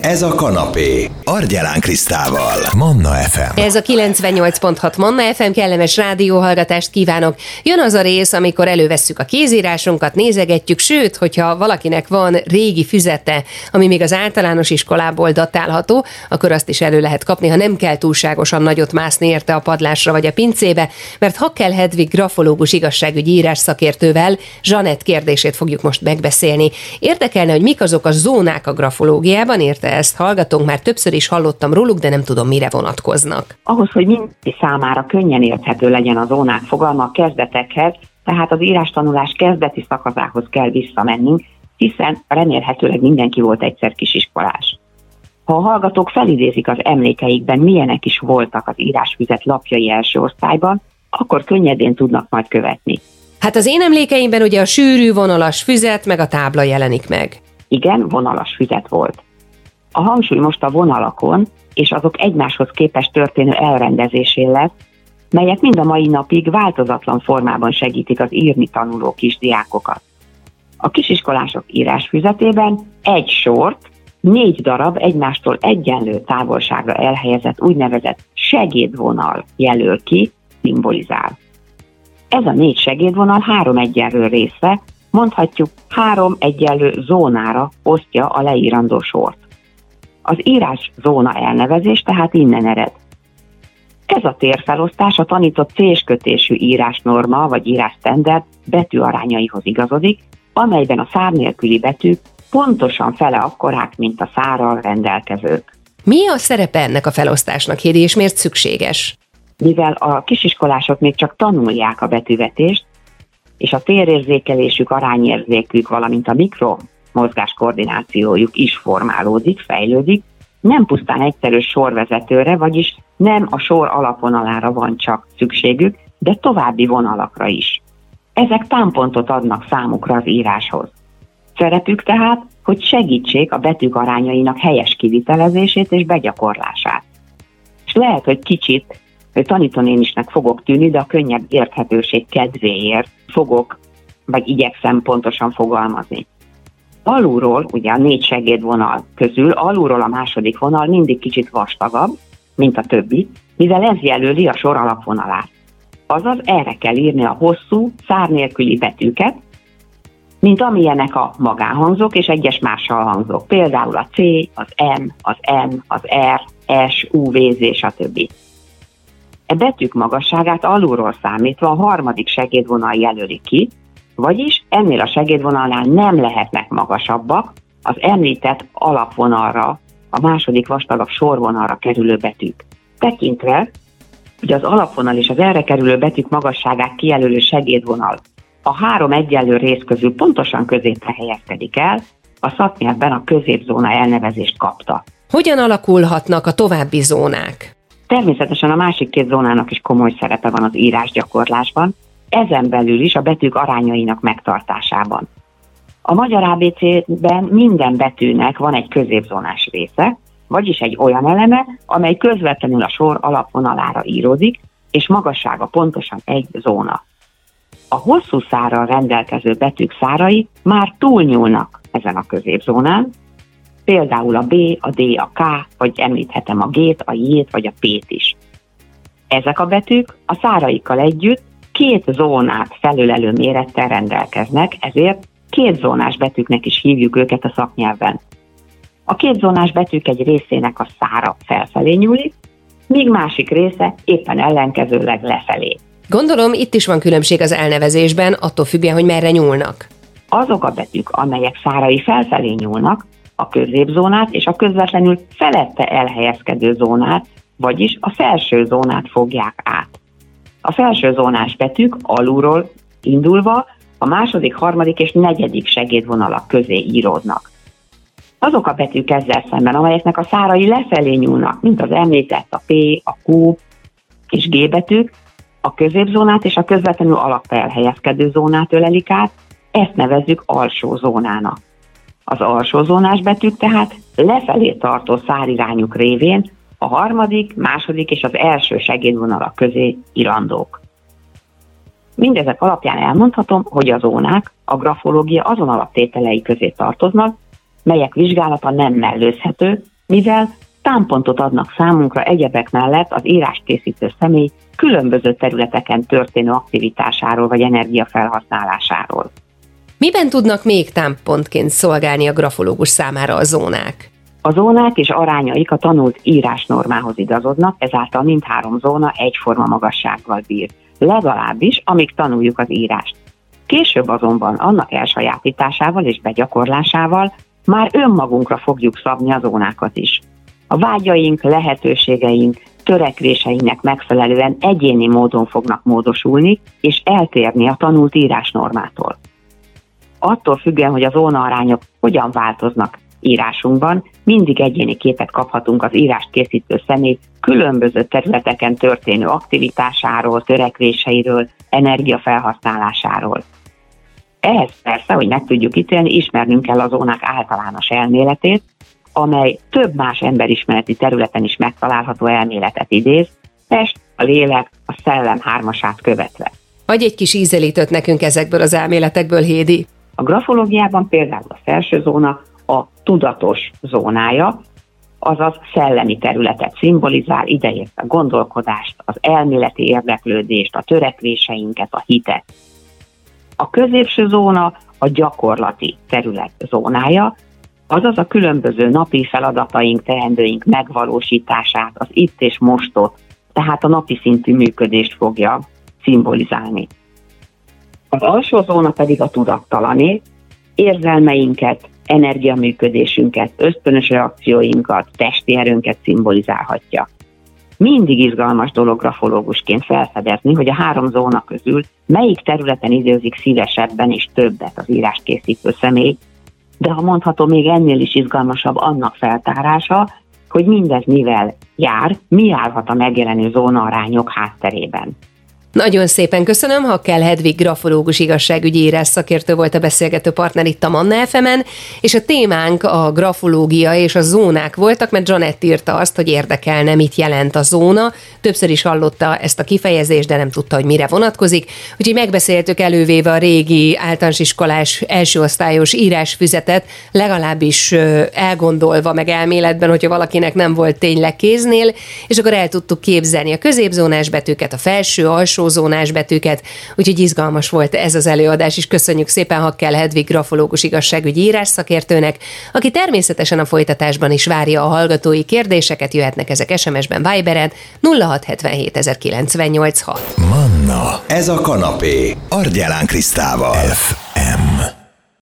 Ez a kanapé. Argyelán Krisztával. Manna FM. Ez a 98.6 Manna FM, kellemes rádióhallgatást kívánok. Jön az a rész, amikor elővesszük a kézírásunkat, nézegetjük, sőt, hogyha valakinek van régi füzete, ami még az általános iskolából datálható, akkor azt is elő lehet kapni, ha nem kell túlságosan nagyot mászni érte a padlásra vagy a pincébe, mert Hakkel Hedvig grafológus igazságügyi írás szakértővel Zsanett kérdését fogjuk most megbeszélni. Érdekelne, hogy mik azok a zónák a grafológiában, érte ezt hallgatónk, már többször is hallottam róluk, de nem tudom, mire vonatkoznak. Ahhoz, hogy mindenki számára könnyen érthető legyen a zónák fogalma, a kezdetekhez, tehát az írástanulás kezdeti szakaszához kell visszamennünk, hiszen remélhetőleg mindenki volt egyszer kisiskolás. Ha a hallgatók felidézik az emlékeikben, milyenek is voltak az írásfüzet lapjai első osztályban, akkor könnyedén tudnak majd követni. Hát az én emlékeimben ugye a sűrű vonalas füzet meg a tábla jelenik meg. Igen, vonalas füzet volt. A hangsúly most a vonalakon és azok egymáshoz képest történő elrendezésén lesz, melyek mind a mai napig változatlan formában segítik az írni tanuló kisdiákokat. A kisiskolások írásfüzetében egy sort 4 darab egymástól egyenlő távolságra elhelyezett úgynevezett segédvonal jelöl ki, szimbolizál. Ez a 4 segédvonal 3 egyenlő részre, mondhatjuk 3 egyenlő zónára osztja a leírandó sort. Az írás zóna elnevezés tehát innen ered. Ez a térfelosztás a tanított C-kötésű írásnorma vagy írásstandard betűarányaihoz igazodik, amelyben a szár nélküli betűk pontosan fele akkorák, mint a szárral rendelkezők. Mi a szerepe ennek a felosztásnak, Hédi, és miért szükséges? Mivel a kisiskolások még csak tanulják a betűvetést, és a térérzékelésük, arányérzékük, valamint a mikromozgáskoordinációjuk is formálódik, fejlődik, nem pusztán egyszerű sorvezetőre, vagyis nem a sor alapvonalára van csak szükségük, de további vonalakra is. Ezek támpontot adnak számukra az íráshoz. Szerepük tehát, hogy segítsék a betűk arányainak helyes kivitelezését és begyakorlását. És lehet, hogy kicsit tanítónénisnek fogok tűnni, de a könnyebb érthetőség kedvéért fogok, vagy igyekszem pontosan fogalmazni. Alulról, ugye a 4 segédvonal közül, alulról a második vonal mindig kicsit vastagabb, mint a többi, mivel ez jelöli a sor alapvonalát. Azaz erre kell írni a hosszú, szár nélküli betűket, mint amilyenek a magánhangzók és egyes mássalhangzók, például a C, az M, az N, az R, S, U, V, Z, stb. E betűk magasságát alulról számítva a harmadik segédvonal jelöli ki, vagyis ennél a segédvonalnál nem lehetnek magasabbak az említett alapvonalra, a második vastagabb sorvonalra kerülő betűk. Tekintve, hogy az alapvonal és az erre kerülő betűk magasságát kijelölő segédvonal a 3 egyenlő rész közül pontosan középre helyezkedik el, a szaknyelvben a középzóna elnevezést kapta. Hogyan alakulhatnak a további zónák? Természetesen a másik 2 zónának is komoly szerepe van az írásgyakorlásban, ezen belül is a betűk arányainak megtartásában. A magyar ABC-ben minden betűnek van egy középzónás része, vagyis egy olyan eleme, amely közvetlenül a sor alapvonalára íródik, és magassága pontosan egy zóna. A hosszú szárral rendelkező betűk szárai már túlnyúlnak ezen a középzónán, például a B, a D, a K, vagy említhetem a G-t, a J-t, vagy a P-t is. Ezek a betűk a száraikkal együtt 2 zónát felölelő mérettel rendelkeznek, ezért 2 zónás betűknek is hívjuk őket a szaknyelvben. A 2 zónás betűk egy részének a szára felfelé nyúlik, míg másik része éppen ellenkezőleg lefelé. Gondolom, itt is van különbség az elnevezésben, attól függően, hogy merre nyúlnak. Azok a betűk, amelyek szárai felfelé nyúlnak, a középzónát és a közvetlenül felette elhelyezkedő zónát, vagyis a felső zónát fogják át. A felső zónás betűk alulról indulva a második, harmadik és negyedik segédvonalak közé íródnak. Azok a betűk ezzel szemben, amelyeknek a szárai lefelé nyúlnak, mint az említett a P, a Q és G betűk, a középzónát és a közvetlenül alatta elhelyezkedő zónát ölelik át, ezt nevezzük alsó zónának. Az alsó zónás betűk tehát lefelé tartó szárirányuk révén a harmadik, második és az első segédvonalak közé irandók. Mindezek alapján elmondhatom, hogy a zónák a grafológia azon alaptételei közé tartoznak, melyek vizsgálata nem mellőzhető, mivel támpontot adnak számunkra egyebek mellett az írást készítő személy különböző területeken történő aktivitásáról vagy energiafelhasználásáról. Miben tudnak még támpontként szolgálni a grafológus számára a zónák? A zónák és arányaik a tanult írásnormához igazodnak, ezáltal mindhárom zóna egyforma magassággal bír, legalábbis amíg tanuljuk az írást. Később azonban annak elsajátításával és begyakorlásával már önmagunkra fogjuk szabni a zónákat is. A vágyaink, lehetőségeink, törekvéseinknek megfelelően egyéni módon fognak módosulni és eltérni a tanult írásnormától. Attól függően, hogy a zónaarányok hogyan változnak írásunkban, mindig egyéni képet kaphatunk az írást készítő személy különböző területeken történő aktivitásáról, törekvéseiről, energiafelhasználásáról. Ehhez persze, hogy meg tudjuk ítélni, ismernünk kell a zónák általános elméletét, amely több más emberismereti területen is megtalálható elméletet idéz, test, a lélek, a szellem hármasát követve. Adj egy kis ízelítőt nekünk ezekből az elméletekből, Hédi. A grafológiában például a felső zóna a tudatos zónája, azaz szellemi területet szimbolizál, ideért a gondolkodást, az elméleti érdeklődést, a törekvéseinket, a hitet. A középső zóna a gyakorlati terület zónája, azaz a különböző napi feladataink, teendőink megvalósítását, az itt és mostot, tehát a napi szintű működést fogja szimbolizálni. Az alsó zóna pedig a tudattalané, érzelmeinket, energiaműködésünket, ösztönös reakcióinkat, testi erőnket szimbolizálhatja. Mindig izgalmas dolog grafológusként felfedezni, hogy a három zóna közül melyik területen időzik szívesebben és többet az írást készítő személy, de ha mondható, még ennél is izgalmasabb annak feltárása, hogy mindez mivel jár, mi állhat a megjelenő zónaarányok hátterében. Nagyon szépen köszönöm, Hakkel Hedvig grafológus igazságügyi írás szakértő volt a beszélgető partner itt a Manna FM-en, és a témánk a grafológia és a zónák voltak, mert Janett írta azt, hogy érdekelne, mit jelent a zóna. Többször is hallotta ezt a kifejezést, de nem tudta, hogy mire vonatkozik. Úgyhogy megbeszéltük elővéve a régi általános iskolás elsőosztályos írásfüzetet, legalábbis elgondolva meg elméletben, hogyha valakinek nem volt tényleg kéznél, és akkor el tudtuk képzelni a középzónás betűket, a felső, alsó zónás betűket, úgyhogy izgalmas volt ez az előadás is. Köszönjük szépen Hakkel Hedvig grafológus igazságügyi írás szakértőnek, aki természetesen a folytatásban is várja a hallgatói kérdéseket, jöhetnek ezek SMS-ben, Viberen 0677 0986. Manna, ez a kanapé, Argyelán Krisztával.